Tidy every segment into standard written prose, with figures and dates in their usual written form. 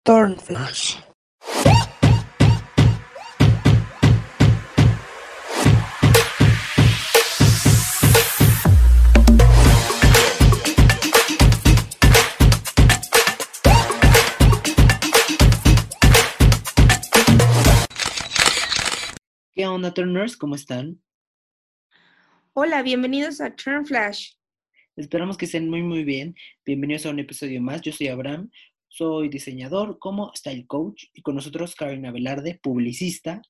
Turnflash. ¿Qué onda, Turners? ¿Cómo están? Hola, bienvenidos a Turnflash. Esperamos que estén muy bien. Bienvenidos a un episodio más. Yo soy Abraham, soy diseñador como Style Coach y con nosotros Karina Velarde, publicista.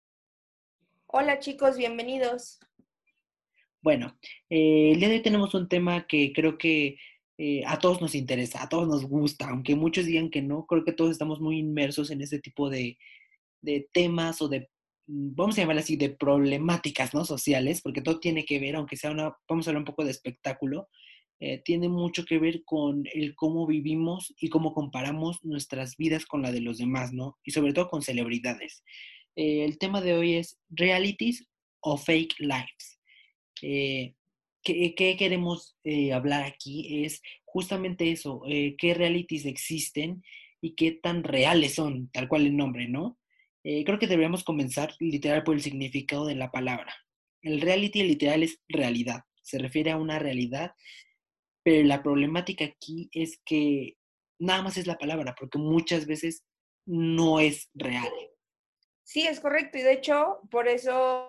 Hola chicos, bienvenidos. Bueno, el día de hoy tenemos un tema que creo que a todos nos interesa, a todos nos gusta, aunque muchos digan que no, creo que todos estamos muy inmersos en este tipo de temas o de, vamos a llamar así, de problemáticas, ¿no? Sociales, porque todo tiene que ver, aunque sea vamos a hablar un poco de espectáculo, tiene mucho que ver con el cómo vivimos y cómo comparamos nuestras vidas con la de los demás, ¿no? Y sobre todo con celebridades. El tema de hoy es realities o fake lives. Eh, ¿qué queremos hablar aquí? Es justamente eso, qué realities existen y qué tan reales son, tal cual el nombre, ¿no? Creo que deberíamos comenzar literal por el significado de la palabra. El reality literal es realidad, se refiere a una realidad, pero la problemática aquí es que nada más es la palabra, porque muchas veces no es real. Sí, es correcto, y de hecho, por eso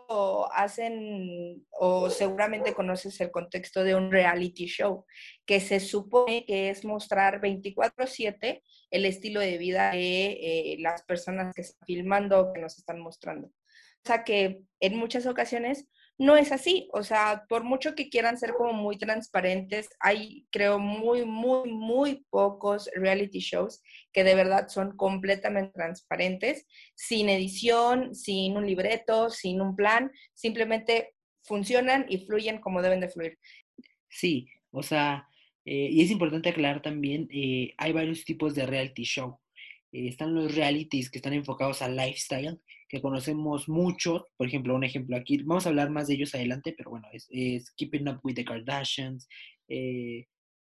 hacen, o seguramente conoces el contexto de un reality show, que se supone que es mostrar 24/7 el estilo de vida de las personas que están filmando, que nos están mostrando. O sea que en muchas ocasiones no es así. O sea, por mucho que quieran ser como muy transparentes, hay, creo, muy pocos reality shows que de verdad son completamente transparentes, sin edición, sin un libreto, sin un plan, simplemente funcionan y fluyen como deben de fluir. Sí, o sea, y es importante aclarar también, hay varios tipos de reality show. Están los realities que están enfocados al lifestyle, que conocemos mucho. Por ejemplo, un ejemplo aquí, vamos a hablar más de ellos adelante, pero bueno, es Keeping Up with the Kardashians, eh,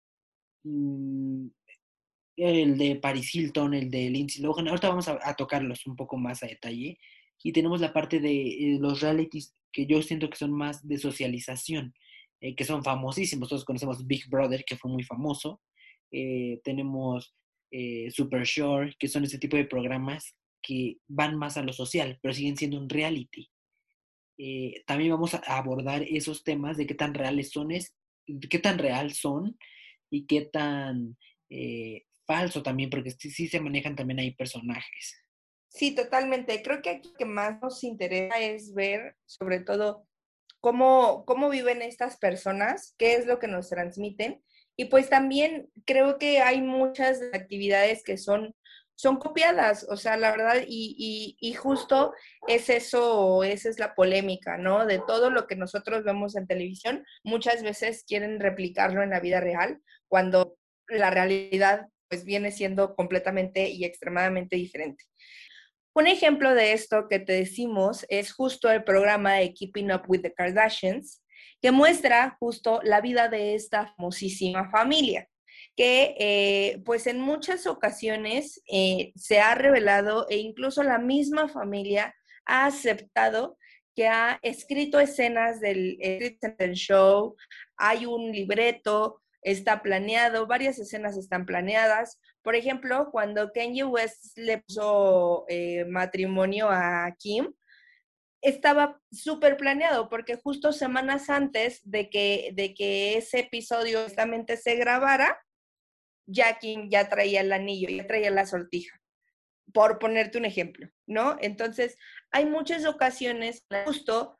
mm, el de Paris Hilton, el de Lindsay Lohan. Ahorita vamos a tocarlos un poco más a detalle. Y tenemos la parte de los realities que yo siento que son más de socialización, que son famosísimos. Todos conocemos Big Brother, que fue muy famoso. Tenemos Super Shore, que son ese tipo de programas que van más a lo social, pero siguen siendo un reality. También vamos a abordar esos temas de qué tan reales son, qué tan real son y qué tan falso también, porque sí se manejan también ahí personajes. Sí, totalmente. Creo que aquí lo que más nos interesa es ver, sobre todo, cómo viven estas personas, qué es lo que nos transmiten. Y pues también creo que hay muchas actividades que son copiadas, o sea, la verdad, y justo es eso, esa es la polémica, ¿no? De todo lo que nosotros vemos en televisión, muchas veces quieren replicarlo en la vida real, cuando la realidad pues viene siendo completamente y extremadamente diferente. Un ejemplo de esto que te decimos es justo el programa de Keeping Up with the Kardashians, que muestra justo la vida de esta famosísima familia, que pues en muchas ocasiones se ha revelado e incluso la misma familia ha aceptado que ha escrito escenas del show, hay un libreto, está planeado, varias escenas están planeadas. Por ejemplo, cuando Kanye West le puso matrimonio a Kim, estaba súper planeado porque justo semanas antes de que ese episodio justamente se grabara, ya Kim ya traía el anillo, ya traía la sortija, por ponerte un ejemplo, ¿no? Entonces, hay muchas ocasiones, justo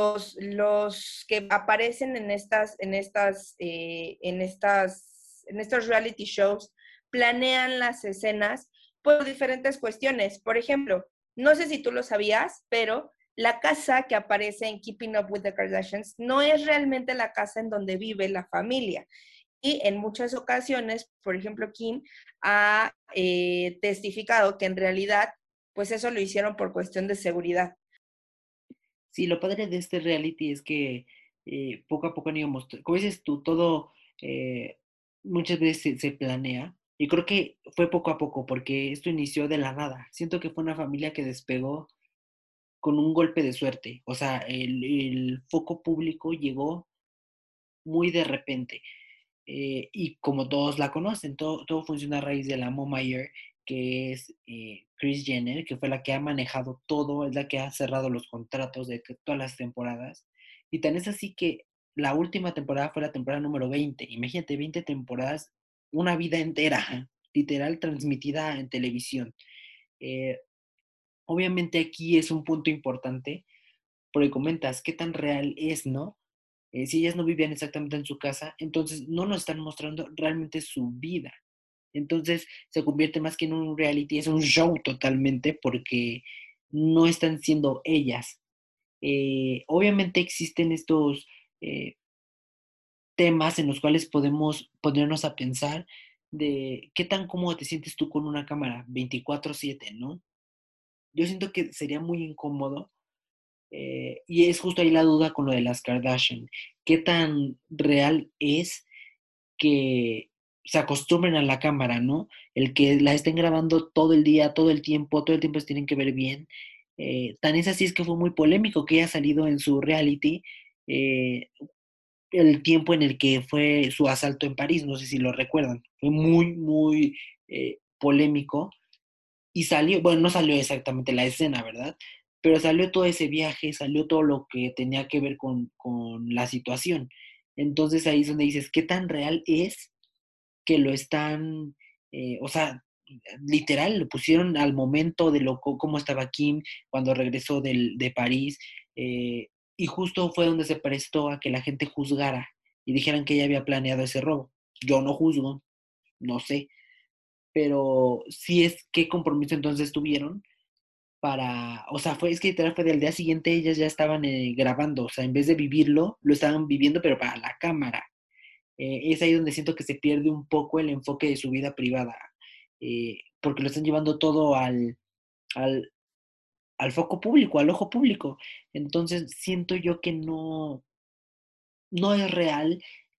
los que aparecen en estos reality shows planean las escenas por diferentes cuestiones. Por ejemplo, no sé si tú lo sabías, pero la casa que aparece en Keeping Up with the Kardashians no es realmente la casa en donde vive la familia. Y en muchas ocasiones, por ejemplo, Kim ha testificado que en realidad, pues eso lo hicieron por cuestión de seguridad. Sí, lo padre de este reality es que poco a poco han ido mostrando, como dices tú, todo muchas veces se planea, Y creo que fue poco a poco, porque esto inició de la nada. Siento que fue una familia que despegó con un golpe de suerte. O sea, el foco público llegó muy de repente. Y como todos la conocen, todo funciona a raíz de la Mayer, que es Kris Jenner, que fue la que ha manejado todo, es la que ha cerrado los contratos de todas las temporadas. Y tan es así que la última temporada fue la temporada número 20. Imagínate, 20 temporadas, una vida entera, literal, transmitida en televisión. Eh, Obviamente aquí es un punto importante, porque comentas qué tan real es, ¿no? Si ellas no vivían exactamente en su casa, entonces no nos están mostrando realmente su vida. Entonces se convierte más que en un reality, es un show totalmente porque no están siendo ellas. Obviamente existen estos eh, temas en los cuales podemos ponernos a pensar de qué tan cómodo te sientes tú con una cámara 24/7, ¿no? Yo siento que sería muy incómodo. Y es justo ahí la duda con lo de las Kardashian. ¿Qué tan real es que se acostumbren a la cámara, ¿no? El que la estén grabando todo el día, todo el tiempo se tienen que ver bien. Tan es así es que fue muy polémico que haya salido en su reality eh, el tiempo en el que fue su asalto en París, no sé si lo recuerdan. Fue muy, muy polémico y salió, bueno, no salió exactamente la escena, ¿verdad? Pero salió todo ese viaje, salió todo lo que tenía que ver con la situación. Entonces ahí es donde dices, ¿qué tan real es que lo están, o sea, literal, lo pusieron al momento de cómo estaba Kim cuando regresó de París, y justo fue donde se prestó a que la gente juzgara y dijeran que ella había planeado ese robo. Yo no juzgo, no sé, pero sí es qué compromiso entonces tuvieron para, o sea, es que literal fue del día siguiente ellas ya estaban grabando, o sea, en vez de vivirlo, lo estaban viviendo, pero para la cámara. Es ahí donde siento que se pierde un poco el enfoque de su vida privada, porque lo están llevando todo al, al foco público, al ojo público. Entonces siento yo que no es real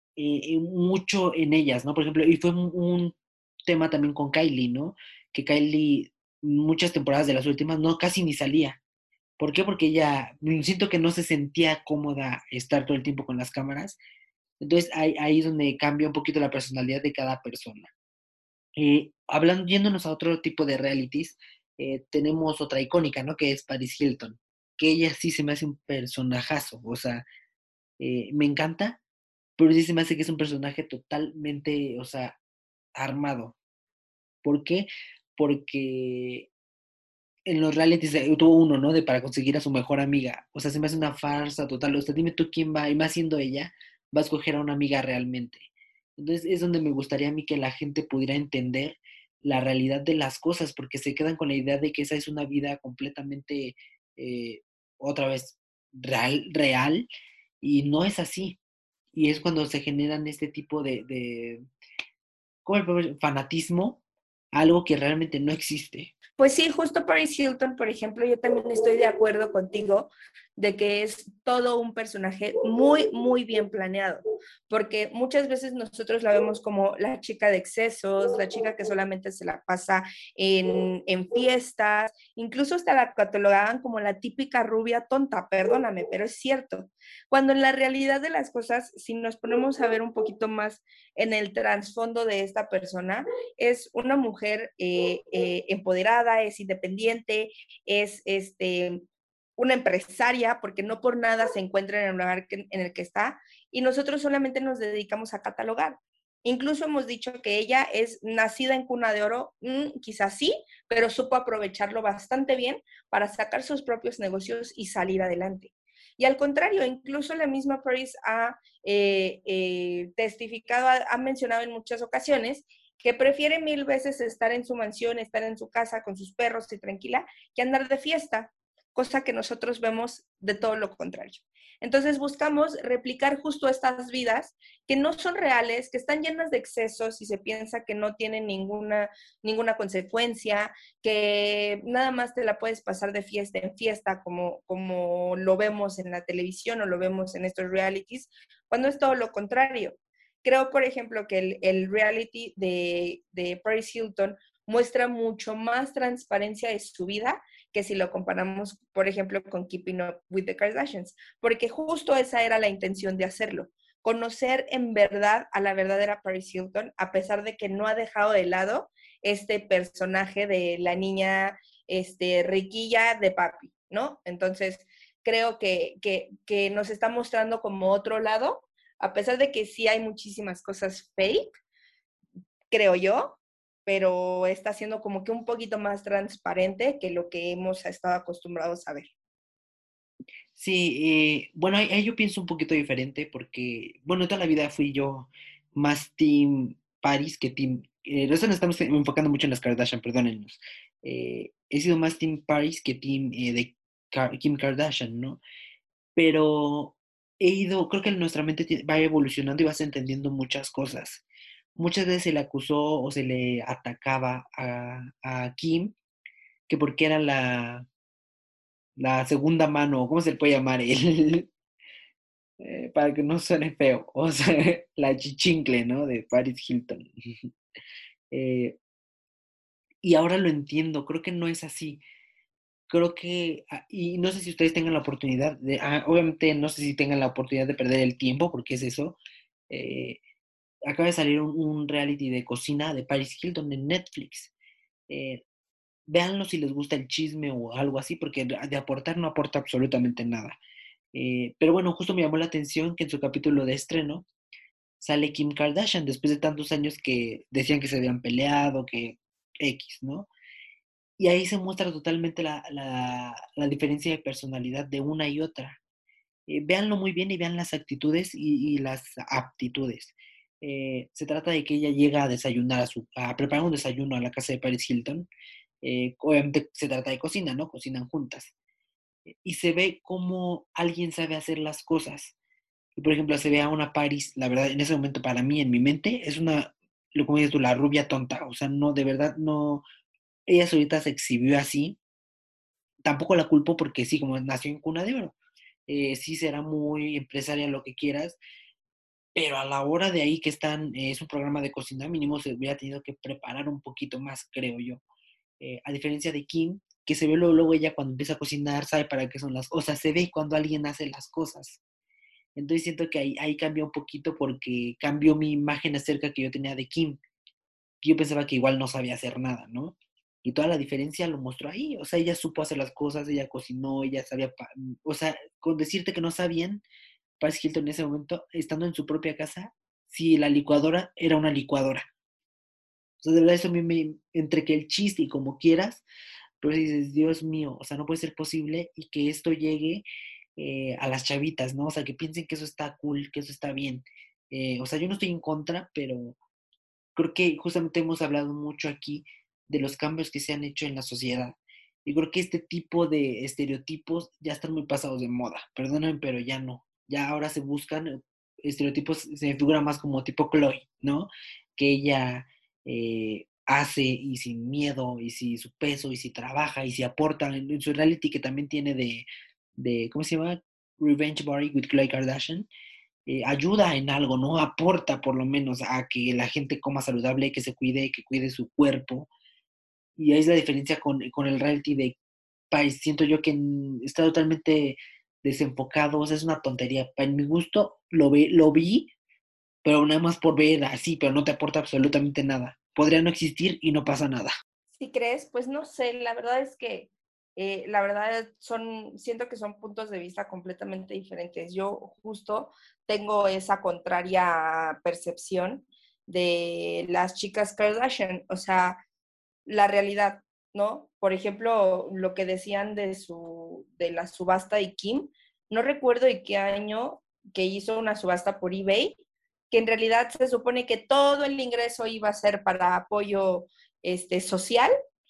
mucho en ellas, ¿no? Por ejemplo, y fue un tema también con Kylie, ¿no? Que Kylie, muchas temporadas de las últimas, no, casi ni salía. ¿Por qué? Porque ella, siento que no se sentía cómoda estar todo el tiempo con las cámaras. Entonces ahí es donde cambia un poquito la personalidad de cada persona. Hablando, yéndonos a otro tipo de realities, tenemos otra icónica, ¿no? Que es Paris Hilton, que ella sí se me hace un personajazo, o sea, me encanta, pero sí se me hace que es un personaje totalmente, o sea, armado. ¿Por qué? Porque en los realities tuvo uno, ¿no? De para conseguir a su mejor amiga. O sea, se me hace una farsa total. O sea, dime tú quién va, y más siendo ella, va a escoger a una amiga realmente. Entonces es donde me gustaría a mí que la gente pudiera entender la realidad de las cosas, porque se quedan con la idea de que esa es una vida completamente, eh, otra vez, real, y no es así. Y es cuando se generan este tipo de ¿cómo le podemos decir? Fanatismo, algo que realmente no existe. Pues sí, justo Paris Hilton, por ejemplo, yo también estoy de acuerdo contigo de que es todo un personaje muy, muy bien planeado, porque muchas veces nosotros la vemos como la chica de excesos, la chica que solamente se la pasa en fiestas, incluso hasta la catalogaban como la típica rubia tonta, perdóname, pero es cierto. Cuando en la realidad de las cosas, si nos ponemos a ver un poquito más en el trasfondo de esta persona, es una mujer empoderada, es independiente, es una empresaria, porque no por nada se encuentra en el lugar en el que está, y nosotros solamente nos dedicamos a catalogar. Incluso hemos dicho que ella es nacida en cuna de oro, quizás sí, pero supo aprovecharlo bastante bien para sacar sus propios negocios y salir adelante. Y al contrario, incluso la misma Paris ha testificado, ha mencionado en muchas ocasiones que prefiere mil veces estar en su mansión, estar en su casa con sus perros y tranquila, que andar de fiesta, cosa que nosotros vemos de todo lo contrario. Entonces buscamos replicar justo estas vidas que no son reales, que están llenas de excesos y se piensa que no tienen ninguna consecuencia, que nada más te la puedes pasar de fiesta en fiesta como lo vemos en la televisión o lo vemos en estos realities, cuando es todo lo contrario. creo, por ejemplo, que el reality de Paris Hilton muestra mucho más transparencia de su vida que si lo comparamos, por ejemplo, con Keeping Up with the Kardashians, porque justo esa era la intención de hacerlo, conocer en verdad a la verdadera Paris Hilton, a pesar de que no ha dejado de lado este personaje de la niña riquilla de papi, ¿no? Entonces, creo que nos está mostrando como otro lado, a pesar de que sí hay muchísimas cosas fake, creo yo, pero está siendo como que un poquito más transparente que lo que hemos estado acostumbrados a ver. Sí, bueno, ahí yo pienso un poquito diferente porque, bueno, toda la vida fui yo más Team Paris que Team... eso nos estamos enfocando mucho en las Kardashian, perdónennos. He sido más Team Paris que Team de Kim Kardashian, ¿no? Pero he ido, creo que nuestra mente va evolucionando y vas entendiendo muchas cosas. Muchas veces se le acusó o se le atacaba a Kim que porque era la segunda mano, ¿cómo se le puede llamar? Para que no suene feo, o sea, la chichincle, ¿no? De Paris Hilton. Eh, y ahora lo entiendo, creo que no es así. Creo que, y no sé si ustedes tengan la oportunidad de, obviamente no sé si tengan la oportunidad de perder el tiempo, porque es eso. eh, Acaba de salir un reality de cocina de Paris Hilton en Netflix. Eh, Véanlo si les gusta el chisme o algo así, porque de aportar no aporta absolutamente nada. Pero bueno, justo me llamó la atención que en su capítulo de estreno sale Kim Kardashian después de tantos años que decían que se habían peleado, que X, ¿no? Y ahí se muestra totalmente la diferencia de personalidad de una y otra. Véanlo muy bien y vean las actitudes y las aptitudes. Se trata de que ella llega a desayunar, a preparar un desayuno a la casa de Paris Hilton. Obviamente se trata de cocina, ¿no? Cocinan juntas. Y se ve cómo alguien sabe hacer las cosas. Y por ejemplo, se ve a una Paris, la verdad, en ese momento para mí, en mi mente, es una, lo como dices tú, la rubia tonta. O sea, no, de verdad, no. Ella solita se exhibió así. Tampoco la culpo porque sí, como nació en cuna de oro. Sí será muy empresaria, lo que quieras, pero a la hora de ahí que están, es un programa de cocina, mínimo se hubiera tenido que preparar un poquito más, creo yo. A diferencia de Kim, que se ve luego ella cuando empieza a cocinar, sabe para qué son las cosas, se ve cuando alguien hace las cosas. Entonces siento que ahí cambió un poquito porque cambió mi imagen acerca que yo tenía de Kim. Yo pensaba que igual no sabía hacer nada, ¿no? Y toda la diferencia lo mostró ahí. O sea, ella supo hacer las cosas, ella cocinó, ella sabía, o sea, con decirte que no sabían, Paris Hilton en ese momento, estando en su propia casa, si la licuadora era una licuadora. O sea, de verdad eso a mí entre que el chiste y como quieras, pero dices, Dios mío, o sea, no puede ser posible y que esto llegue a las chavitas, ¿no? O sea, que piensen que eso está cool, que eso está bien. O sea, yo no estoy en contra, pero creo que justamente hemos hablado mucho aquí de los cambios que se han hecho en la sociedad. Y creo que este tipo de estereotipos ya están muy pasados de moda. Perdónenme, pero ya no. Ya ahora se buscan estereotipos, se me figura más como tipo Chloe, ¿no? Que ella hace y sin miedo, y si su peso, y si trabaja, y si aporta en su reality que también tiene ¿cómo se llama? Revenge Body with Khloe Kardashian, ayuda en algo, ¿no? Aporta por lo menos a que la gente coma saludable, que se cuide, que cuide su cuerpo. Y ahí es la diferencia con el reality de país. Siento yo que está totalmente desenfocado, o sea, es una tontería. Para mi gusto lo vi, pero nada más por ver así, pero no te aporta absolutamente nada. Podría no existir y no pasa nada. Si crees, pues no sé, la verdad es que la verdad siento que son puntos de vista completamente diferentes. Yo justo tengo esa contraria percepción de las chicas Kardashian, o sea, la realidad, ¿no? Por ejemplo, lo que decían de la subasta de Kim, no recuerdo de qué año que hizo una subasta por eBay, que en realidad se supone que todo el ingreso iba a ser para apoyo social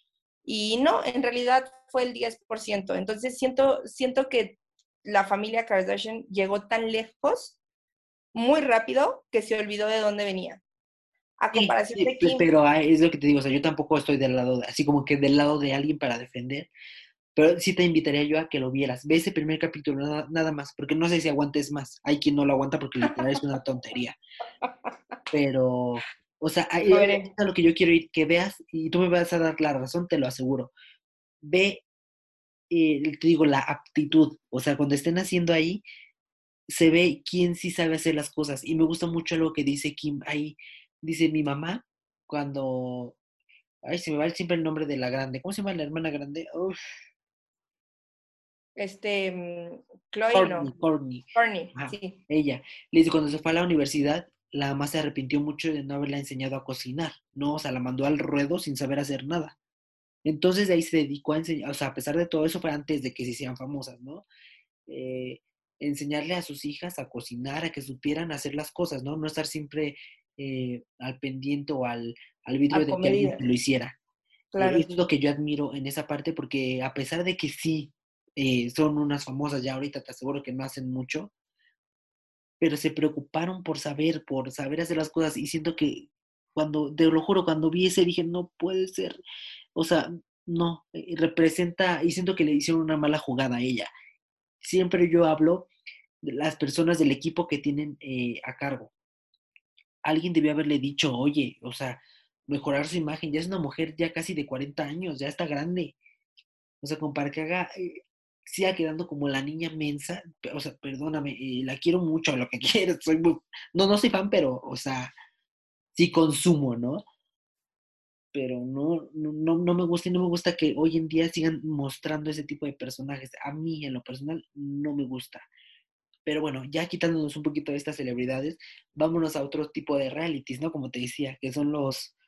y no, en realidad fue el 10%. Entonces siento que la familia Kardashian llegó tan lejos muy rápido que se olvidó de dónde venía. A Sí, comparación sí, de pues, Kim, pero es lo que te digo, o sea, yo tampoco estoy del lado, así como que del lado de alguien para defender, pero sí te invitaría yo a que lo vieras. Ve ese primer capítulo, nada más, porque no sé si aguantes más. Hay quien no lo aguanta porque literal es una tontería. pero, o sea, Lo es veré. a lo que yo quiero ir, que veas, y tú me vas a dar la razón, te lo aseguro. Ve, te digo, la aptitud, o sea, cuando estén haciendo ahí, se ve quién sí sabe hacer las cosas. Y me gusta mucho lo que dice Kim ahí. Dice mi mamá, cuando, ay, se me va siempre el nombre de la grande. ¿Cómo se llama la hermana grande? Uf, Chloe, Courtney, no. Courtney. Courtney, Ajá, sí. ella. Le dice, cuando se fue a la universidad, la mamá se arrepintió mucho de no haberla enseñado a cocinar, ¿no? O sea, la mandó al ruedo sin saber hacer nada. Entonces de ahí se dedicó a enseñar, o sea, a pesar de todo eso fue antes de que se hicieran famosas, ¿no? Eh, enseñarle a sus hijas a cocinar, a que supieran hacer las cosas, ¿no? No estar siempre al pendiente o al vidrio A de que alguien comedida, se lo hiciera. claro. Eso es lo que yo admiro en esa parte, porque a pesar de que sí son unas famosas ya ahorita, te aseguro que no hacen mucho, pero se preocuparon por saber hacer las cosas y siento que cuando, te lo juro, cuando vi ese dije, no puede ser, o sea, no, representa, y siento que le hicieron una mala jugada a ella. Siempre yo hablo de las personas del equipo que tienen a cargo. Alguien debió haberle dicho, oye, o sea, mejorar su imagen, ya es una mujer ya casi de 40 años, ya está grande, o sea, como para que haga, siga quedando como la niña mensa, o sea, perdóname, la quiero mucho, lo que quieras, no soy fan, pero, o sea, sí consumo, ¿no? Pero no me gusta y no me gusta que hoy en día sigan mostrando ese tipo de personajes. A mí, en lo personal, no me gusta. Pero bueno, ya quitándonos un poquito de estas celebridades, vámonos a otro tipo de realities, ¿no? Como te decía, que son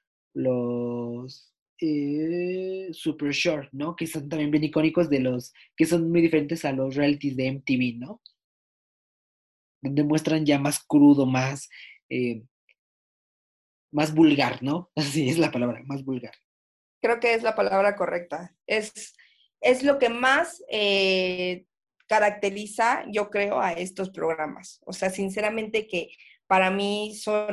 los Super Short, ¿no? Que son también bien icónicos que son muy diferentes a los realities de MTV, ¿no? Donde muestran ya más crudo, eh, más vulgar, ¿no? Así es la palabra, más vulgar. Creo que es la palabra correcta. Es lo que más caracteriza, yo creo, a estos programas. O sea, sinceramente que para mí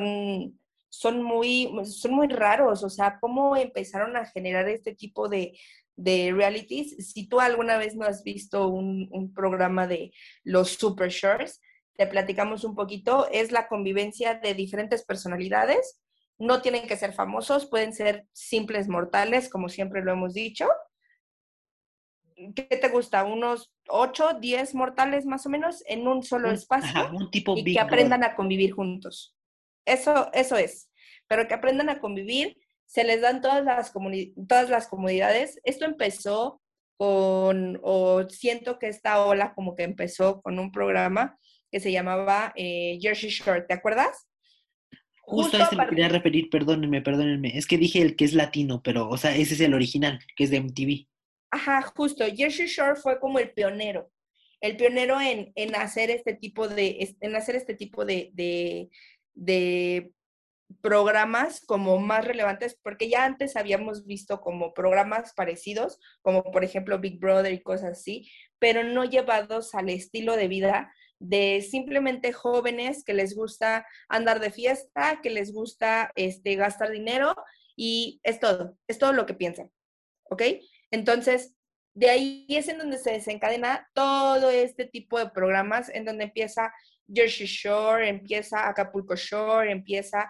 son muy raros. O sea, cómo empezaron a generar este tipo de realities. Si tú alguna vez no has visto un programa de los Super Shorts, te platicamos un poquito. Es la convivencia de diferentes personalidades, no tienen que ser famosos, pueden ser simples mortales, como siempre lo hemos dicho. ¿Qué te gusta? ¿Unos 8, 10 mortales más o menos en un solo espacio Un tipo y que Big Brother. aprendan a convivir juntos? Eso es. Pero que aprendan a convivir, se les dan todas las comodidades. Esto empezó o siento que esta ola como que empezó con un programa que se llamaba Jersey Shore, ¿te acuerdas? Justo a Justo a ese me quería partir, referir, perdónenme. Es que dije el que es latino, pero, o sea, ese es el original, que es de MTV. ajá, justo, Jersey Shore fue como el pionero en hacer este tipo de programas como más relevantes, porque ya antes habíamos visto como programas parecidos, como por ejemplo Big Brother y cosas así, pero no llevados al estilo de vida de simplemente jóvenes que les gusta andar de fiesta, que les gusta gastar dinero y es todo lo que piensan. ¿Ok? Entonces, de ahí es en donde se desencadena todo este tipo de programas, en donde empieza Jersey Shore, empieza Acapulco Shore, empieza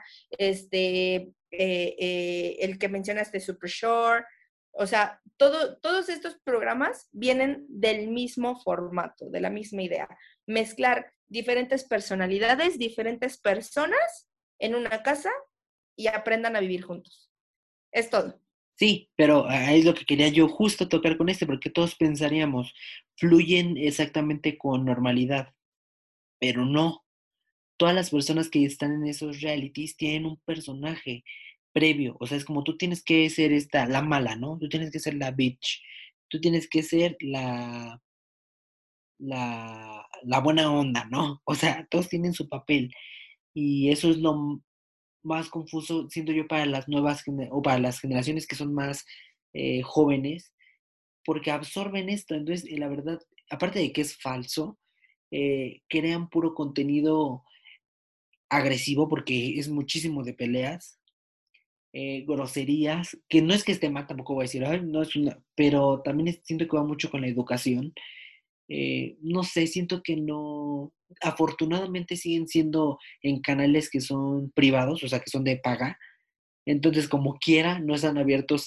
el que mencionaste Super Shore. O sea, todos estos programas vienen del mismo formato, de la misma idea. Mezclar diferentes personalidades, diferentes personas en una casa y aprendan a vivir juntos. Es todo. Sí, pero ahí es lo que quería yo justo tocar con este, porque todos pensaríamos, fluyen exactamente con normalidad, pero no. Todas las personas que están en esos realities tienen un personaje previo, o sea, es como tú tienes que ser la mala, ¿no? Tú tienes que ser la bitch, tú tienes que ser la buena onda, ¿no? O sea, todos tienen su papel y eso es lo más confuso, siento yo, para las o para las generaciones que son más jóvenes, porque absorben esto. Entonces, la verdad, aparte de que es falso, crean puro contenido agresivo porque es muchísimo de peleas, groserías, que no es que esté mal, tampoco voy a decir, ay, no es una, pero también siento que va mucho con la educación. no sé, siento que no, afortunadamente siguen siendo en canales que son privados, o sea, que son de paga, entonces como quiera no están abiertos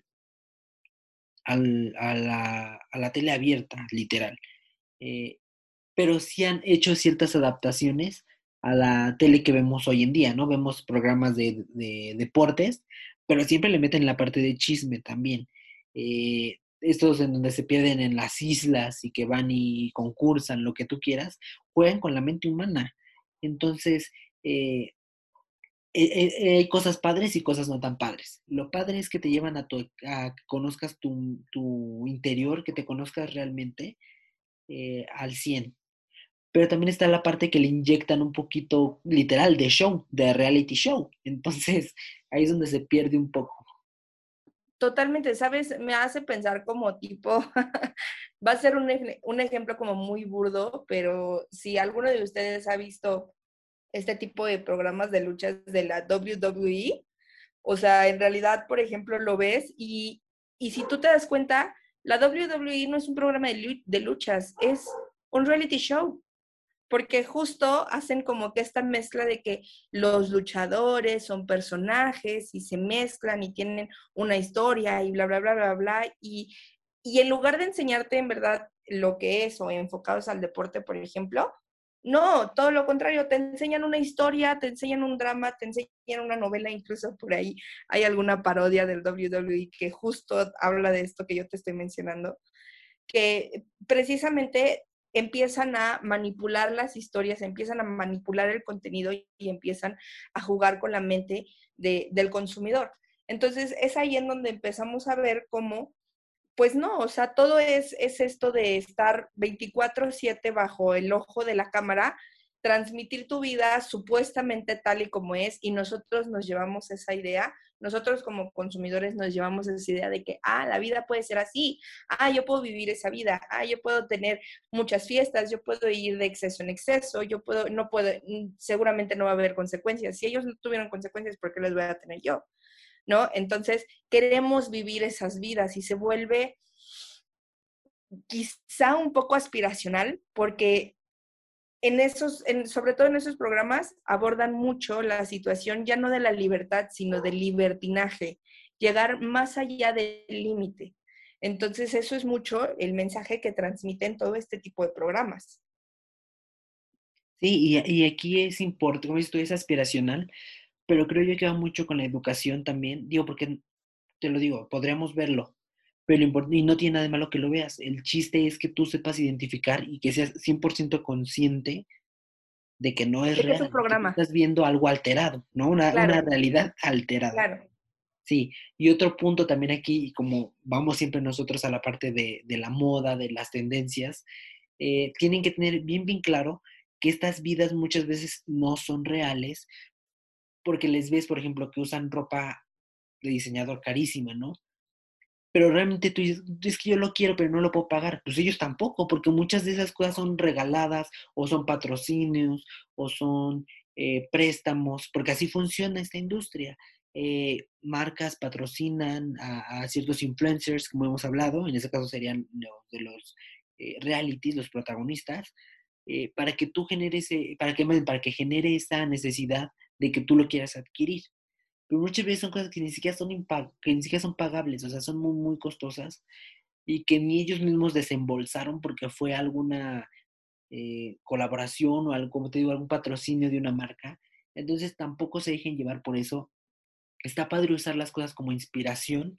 a la tele abierta, literal. Eh, pero sí han hecho ciertas adaptaciones a la tele que vemos hoy en día, ¿no? Vemos programas de deportes, pero siempre le meten la parte de chisme también. Estos en donde se pierden en las islas y que van y concursan, lo que tú quieras, juegan con la mente humana. Entonces, eh, hay cosas padres y cosas no tan padres. Lo padre es que te llevan a que conozcas tu interior, que te conozcas realmente al 100. Pero también está la parte que le inyectan un poquito literal de show, de reality show. Entonces, ahí es donde se pierde un poco. Totalmente, ¿sabes? Me hace pensar como tipo, va a ser un ejemplo como muy burdo, pero si alguno de ustedes ha visto este tipo de programas de luchas de la WWE, o sea, en realidad, por ejemplo, lo ves y si tú te das cuenta, la WWE no es un programa de luchas, es un reality show, porque justo hacen como que esta mezcla de que los luchadores son personajes y se mezclan y tienen una historia y bla, bla, bla, bla, bla, y en lugar de enseñarte en verdad lo que es o enfocados al deporte, por ejemplo, no, todo lo contrario, te enseñan una historia, te enseñan un drama, te enseñan una novela, incluso por ahí hay alguna parodia del WWE que justo habla de esto que yo te estoy mencionando, que precisamente empiezan a manipular las historias, empiezan a manipular el contenido y empiezan a jugar con la mente del consumidor. Entonces es ahí en donde empezamos a ver cómo, pues no, o sea, todo es esto de estar 24/7 bajo el ojo de la cámara, transmitir tu vida supuestamente tal y como es, y nosotros nos llevamos esa idea, nosotros como consumidores nos llevamos esa idea de que, la vida puede ser así, yo puedo vivir esa vida, yo puedo tener muchas fiestas, yo puedo ir de exceso en exceso, yo puedo, no puedo, seguramente no va a haber consecuencias. Si ellos no tuvieron consecuencias, ¿por qué las voy a tener yo? ¿No? Entonces, queremos vivir esas vidas y se vuelve quizá un poco aspiracional porque sobre todo en esos programas, abordan mucho la situación ya no de la libertad, sino del libertinaje, llegar más allá del límite. Entonces, eso es mucho el mensaje que transmiten todo este tipo de programas. Sí, y aquí es importante, como dices tú, es aspiracional, pero creo yo que va mucho con la educación también. Digo, porque te lo digo, podríamos verlo, pero y no tiene nada de malo que lo veas. El chiste es que tú sepas identificar y que seas 100% consciente de que no es Es un real, de que tú programa, estás viendo algo alterado, ¿no? Una claro, realidad alterada. claro. Sí, y otro punto también aquí, y como vamos siempre nosotros a la parte de la moda, de las tendencias, tienen que tener bien, bien claro que estas vidas muchas veces no son reales, porque les ves, por ejemplo, que usan ropa de diseñador carísima, ¿no? Pero realmente tú dices, es que yo lo quiero, pero no lo puedo pagar. Pues ellos tampoco, porque muchas de esas cosas son regaladas, o son patrocinios, o son préstamos, porque así funciona esta industria. Marcas patrocinan a ciertos influencers, como hemos hablado, en ese caso serían los de los realities, los protagonistas, para que tú generes, para que genere esa necesidad de que tú lo quieras adquirir. Pero muchas veces son cosas que ni siquiera que ni siquiera son pagables, o sea, son muy, muy costosas y que ni ellos mismos desembolsaron porque fue alguna colaboración o algo, como te digo, algún patrocinio de una marca. Entonces tampoco se dejen llevar por eso. Está padre usar las cosas como inspiración,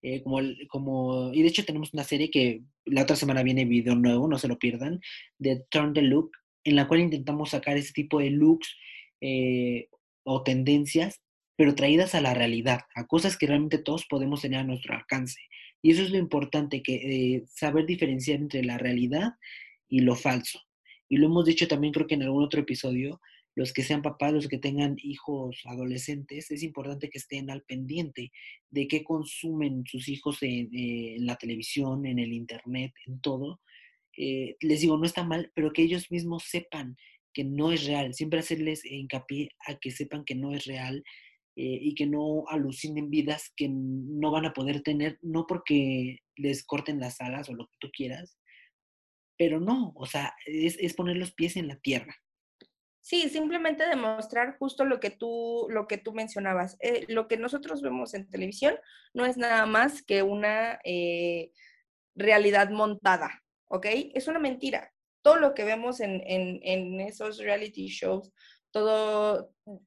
y de hecho tenemos una serie que la otra semana viene video nuevo, no se lo pierdan, de Turn the Look, en la cual intentamos sacar ese tipo de looks eh, o tendencias, pero traídas a la realidad, a cosas que realmente todos podemos tener a nuestro alcance. Y eso es lo importante, que saber diferenciar entre la realidad y lo falso. Y lo hemos dicho también creo que en algún otro episodio, los que sean papás, los que tengan hijos adolescentes, es importante que estén al pendiente de qué consumen sus hijos en la televisión, en el internet, en todo. Les digo, no está mal, pero que ellos mismos sepan que no es real. Siempre hacerles hincapié a que sepan que no es real, y que no alucinen vidas que no van a poder tener, no porque les corten las alas o lo que tú quieras, pero no, o sea, es poner los pies en la tierra. Sí, simplemente demostrar justo lo que tú mencionabas. Lo que nosotros vemos en televisión no es nada más que una realidad montada, ¿ok? Es una mentira. Todo lo que vemos en esos reality shows, todos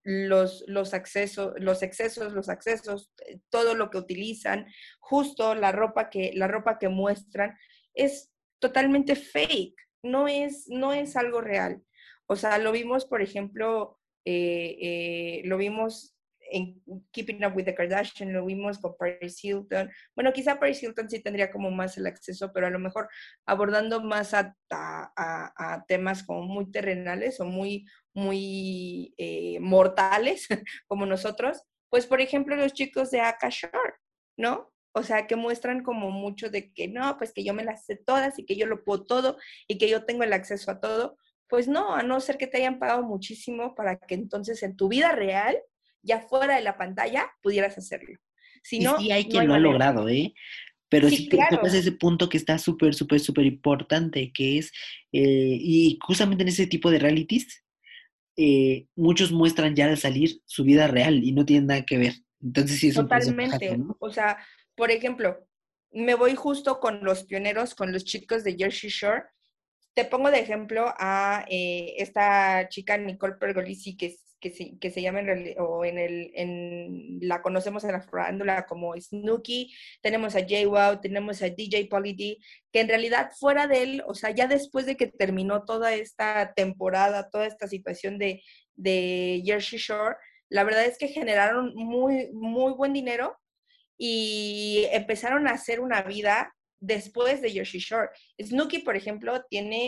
los accesos, todo lo que utilizan, justo la ropa que muestran, es totalmente fake, no es algo real. O sea, lo vimos, por ejemplo, lo vimos en Keeping Up with the Kardashians, lo vimos con Paris Hilton. Bueno, quizá Paris Hilton sí tendría como más el acceso, pero a lo mejor abordando más a temas como muy terrenales o muy mortales como nosotros, pues por ejemplo los chicos de Akashore, ¿no? O sea, que muestran como mucho de que no, pues que yo me las sé todas y que yo lo puedo todo y que yo tengo el acceso a todo. Pues no, a no ser que te hayan pagado muchísimo para que entonces en tu vida real, ya fuera de la pantalla, pudieras hacerlo. Si Y sí no, hay no quien hay lo ha manera. logrado, ¿eh? Pero Sí, sí tocas claro, ese punto que está súper, súper, súper importante, que es, y justamente en ese tipo de realities, muchos muestran ya al salir su vida real y no tienen nada que ver. Entonces sí es un personajazo, totalmente. ¿no? O sea, por ejemplo, me voy justo con los pioneros, con los chicos de Jersey Shore. Te pongo de ejemplo a esta chica Nicole Pergolisi, que se llama o la conocemos en la farándula como Snooki. Tenemos a JWoww, tenemos a DJ Pauly D, que en realidad fuera de él, o sea, ya después de que terminó toda esta temporada, toda esta situación de Jersey Shore, la verdad es que generaron muy buen dinero y empezaron a hacer una vida después de Jersey Shore. Snooki, por ejemplo,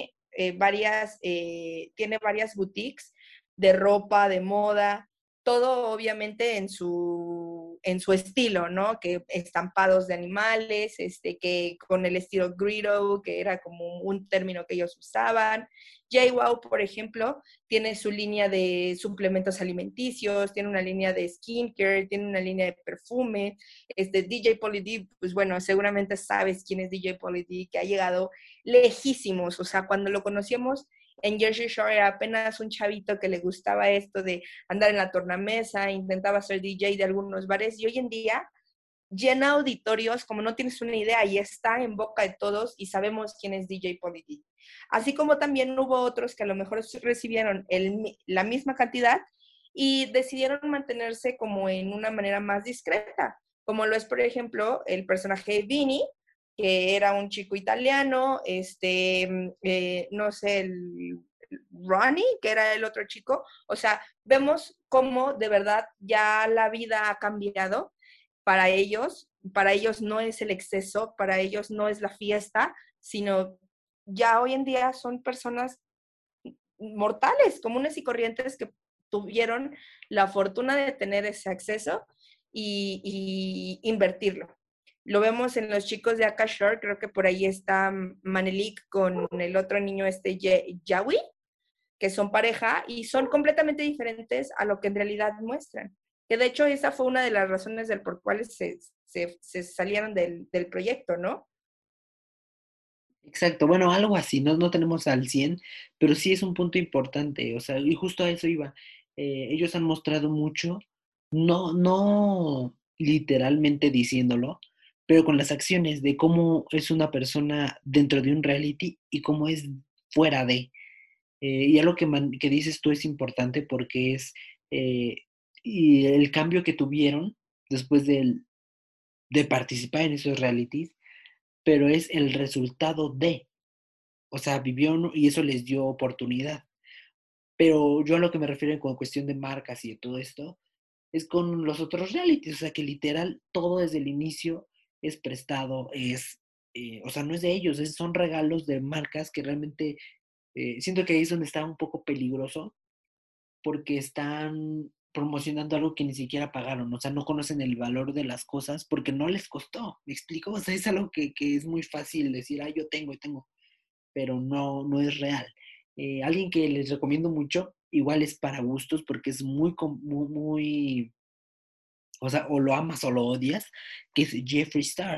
tiene varias boutiques de ropa, de moda, todo obviamente en su estilo, ¿no? Que estampados de animales, que con el estilo Grito, que era como un término que ellos usaban. JWoww, por ejemplo, tiene su línea de suplementos alimenticios, tiene una línea de skincare, tiene una línea de perfume. DJ Pauly D, pues bueno, seguramente sabes quién es DJ Pauly D, que ha llegado lejísimos. O sea, cuando lo conocíamos en Jersey Shore era apenas un chavito que le gustaba esto de andar en la tornamesa, intentaba ser DJ de algunos bares y hoy en día llena auditorios como no tienes una idea y está en boca de todos y sabemos quién es DJ Pauly D. Así como también hubo otros que a lo mejor recibieron la misma cantidad y decidieron mantenerse como en una manera más discreta, como lo es, por ejemplo, el personaje de Vini, que era un chico italiano, no sé, Ronnie, que era el otro chico. O sea, vemos cómo de verdad ya la vida ha cambiado para ellos no es el exceso, para ellos no es la fiesta, sino ya hoy en día son personas mortales, comunes y corrientes que tuvieron la fortuna de tener ese acceso y invertirlo. Lo vemos en los chicos de Akashore, creo que por ahí está Manelik con el otro niño Yawi, que son pareja y son completamente diferentes a lo que en realidad muestran. Que de hecho esa fue una de las razones del por cuales se salieron del proyecto, ¿no? Exacto, bueno, algo así, no tenemos al 100 pero sí es un punto importante, o sea, y justo a eso iba. Ellos han mostrado mucho, no literalmente diciéndolo, pero con las acciones de cómo es una persona dentro de un reality y cómo es fuera de. Y algo que dices tú es importante porque es y el cambio que tuvieron después de participar en esos realities, pero es el resultado de. O sea, vivió y eso les dio oportunidad. Pero yo a lo que me refiero con cuestión de marcas y de todo esto es con los otros realities. O sea, que literal todo desde el inicio es prestado, o sea, no es de ellos, son regalos de marcas que realmente siento que ahí es donde está un poco peligroso porque están promocionando algo que ni siquiera pagaron, o sea, no conocen el valor de las cosas porque no les costó, ¿me explico? O sea, es algo que es muy fácil decir, ah, yo tengo y tengo, pero no es real. Alguien que les recomiendo mucho, igual es para gustos porque es muy, o sea, o lo amas o lo odias, que es Jeffree Star.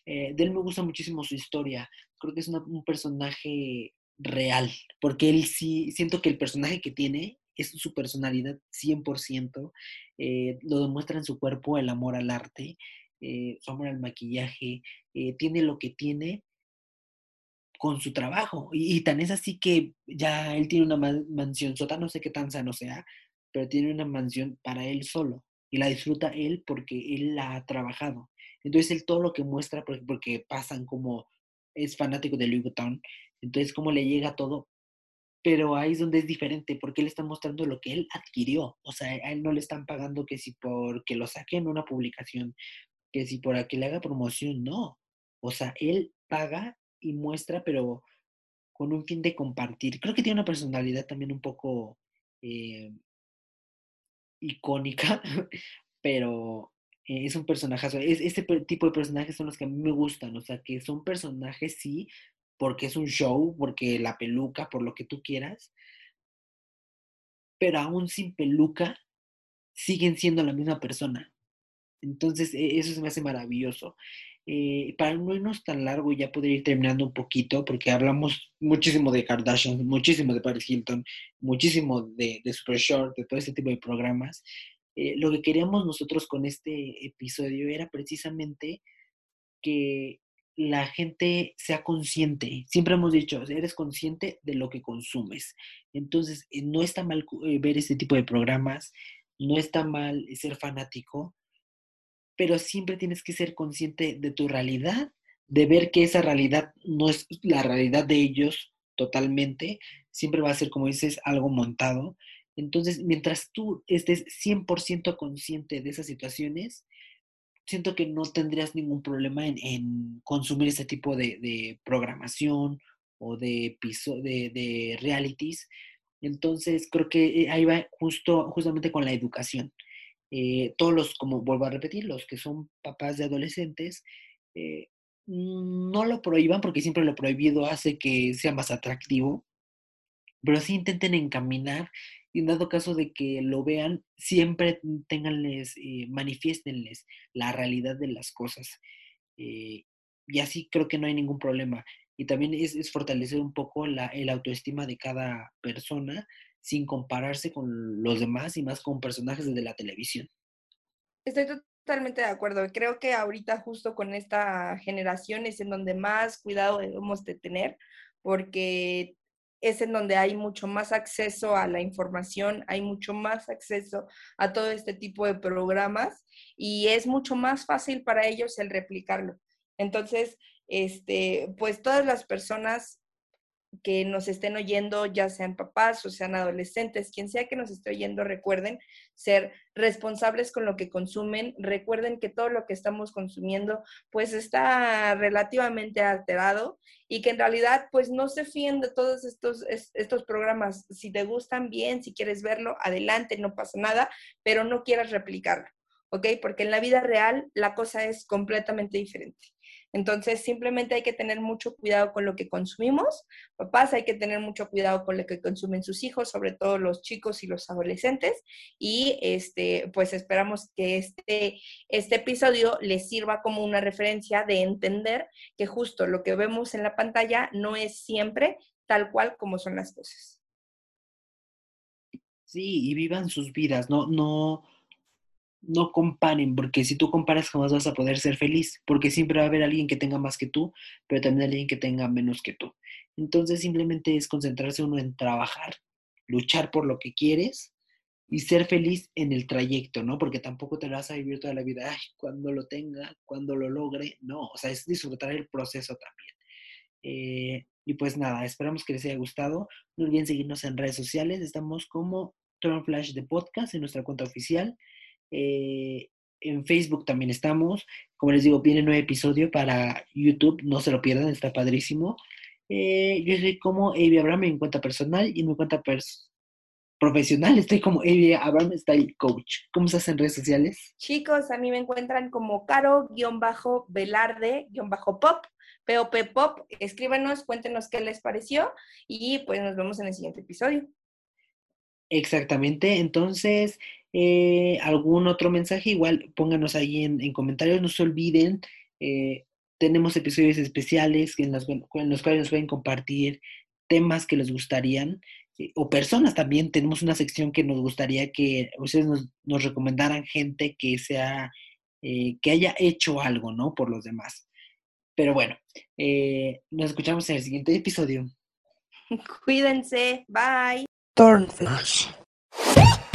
De él me gusta muchísimo su historia. Creo que es un personaje real, porque él sí, siento que el personaje que tiene es su personalidad 100%. Lo demuestra en su cuerpo, el amor al arte, su amor al maquillaje, tiene lo que tiene con su trabajo. Y tan es así que ya él tiene una mansión sota, no sé qué tan sano sea, pero tiene una mansión para él solo. Y la disfruta él porque él la ha trabajado. Entonces él todo lo que muestra, porque pasan como es fanático de Louis Vuitton, entonces cómo le llega todo, pero ahí es donde es diferente, porque él está mostrando lo que él adquirió. O sea, a él no le están pagando que si porque lo saque en una publicación, que si por que le haga promoción, no. O sea, él paga y muestra, pero con un fin de compartir. Creo que tiene una personalidad también un poco eh, icónica, pero es un personajazo. Este tipo de personajes son los que a mí me gustan, o sea, que son personajes, sí, porque es un show, porque la peluca, por lo que tú quieras, pero aún sin peluca siguen siendo la misma persona. Entonces, eso se me hace maravilloso. Para no irnos tan largo y ya poder ir terminando un poquito, porque hablamos muchísimo de Kardashian, muchísimo de Paris Hilton, muchísimo de Super Short, de todo este tipo de programas. Lo que queríamos nosotros con este episodio era precisamente que la gente sea consciente. Siempre hemos dicho, eres consciente de lo que consumes. Entonces, no está mal ver este tipo de programas, no está mal ser fanático, pero siempre tienes que ser consciente de tu realidad, de ver que esa realidad no es la realidad de ellos totalmente, siempre va a ser, como dices, algo montado. Entonces, mientras tú estés 100% consciente de esas situaciones, siento que no tendrías ningún problema en consumir ese tipo de programación o de realities. Entonces, creo que ahí va justamente con la educación. Todos los, como vuelvo a repetir, los que son papás de adolescentes, eh, no lo prohíban porque siempre lo prohibido hace que sea más atractivo, pero sí intenten encaminar y en dado caso de que lo vean, siempre tenganles, manifiéstenles la realidad de las cosas. eh, y así creo que no hay ningún problema. Y también es fortalecer un poco el autoestima de cada persona sin compararse con los demás y más con personajes de la televisión. Estoy totalmente de acuerdo. Creo que ahorita justo con esta generación es en donde más cuidado debemos de tener, porque es en donde hay mucho más acceso a la información, hay mucho más acceso a todo este tipo de programas y es mucho más fácil para ellos el replicarlo. Entonces, pues todas las personas que nos estén oyendo, ya sean papás o sean adolescentes, quien sea que nos esté oyendo, recuerden ser responsables con lo que consumen, recuerden que todo lo que estamos consumiendo pues está relativamente alterado y que en realidad pues no se fíen de todos estos programas. Si te gustan bien, si quieres verlo, adelante, no pasa nada, pero no quieras replicarlo, ¿ok? Porque en la vida real la cosa es completamente diferente. Entonces, simplemente hay que tener mucho cuidado con lo que consumimos. Papás, hay que tener mucho cuidado con lo que consumen sus hijos, sobre todo los chicos y los adolescentes. Y pues esperamos que este episodio les sirva como una referencia de entender que justo lo que vemos en la pantalla no es siempre tal cual como son las cosas. Sí, y vivan sus vidas, no comparen, porque si tú comparas jamás vas a poder ser feliz, porque siempre va a haber alguien que tenga más que tú, pero también alguien que tenga menos que tú. Entonces simplemente es concentrarse uno en trabajar, luchar por lo que quieres y ser feliz en el trayecto, ¿no? Porque tampoco te lo vas a vivir toda la vida, ay, cuando lo tenga, cuando lo logre, no, o sea, es disfrutar el proceso también. Y pues nada, esperamos que les haya gustado. No olviden seguirnos en redes sociales. Estamos como Turn Flash de Podcast en nuestra cuenta oficial. Eh, en Facebook también estamos. Como les digo, viene un nuevo episodio para YouTube. No se lo pierdan, está padrísimo. Yo soy como Avi Abraham en mi cuenta personal y en mi cuenta profesional estoy como Avi Abraham Style Coach. ¿Cómo estás en redes sociales? Chicos, a mí me encuentran como Caro-Velarde-Pop, POP Pop. Escríbanos, cuéntenos qué les pareció y pues nos vemos en el siguiente episodio. Exactamente. Entonces, algún otro mensaje, igual pónganos ahí en comentarios. No se olviden, eh, tenemos episodios especiales en los cuales nos pueden compartir temas que les gustarían, o personas también. Tenemos una sección que nos gustaría que ustedes nos recomendaran gente que sea, que haya hecho algo, ¿no? Por los demás. Pero bueno, nos escuchamos en el siguiente episodio. Cuídense, bye. Turnflash.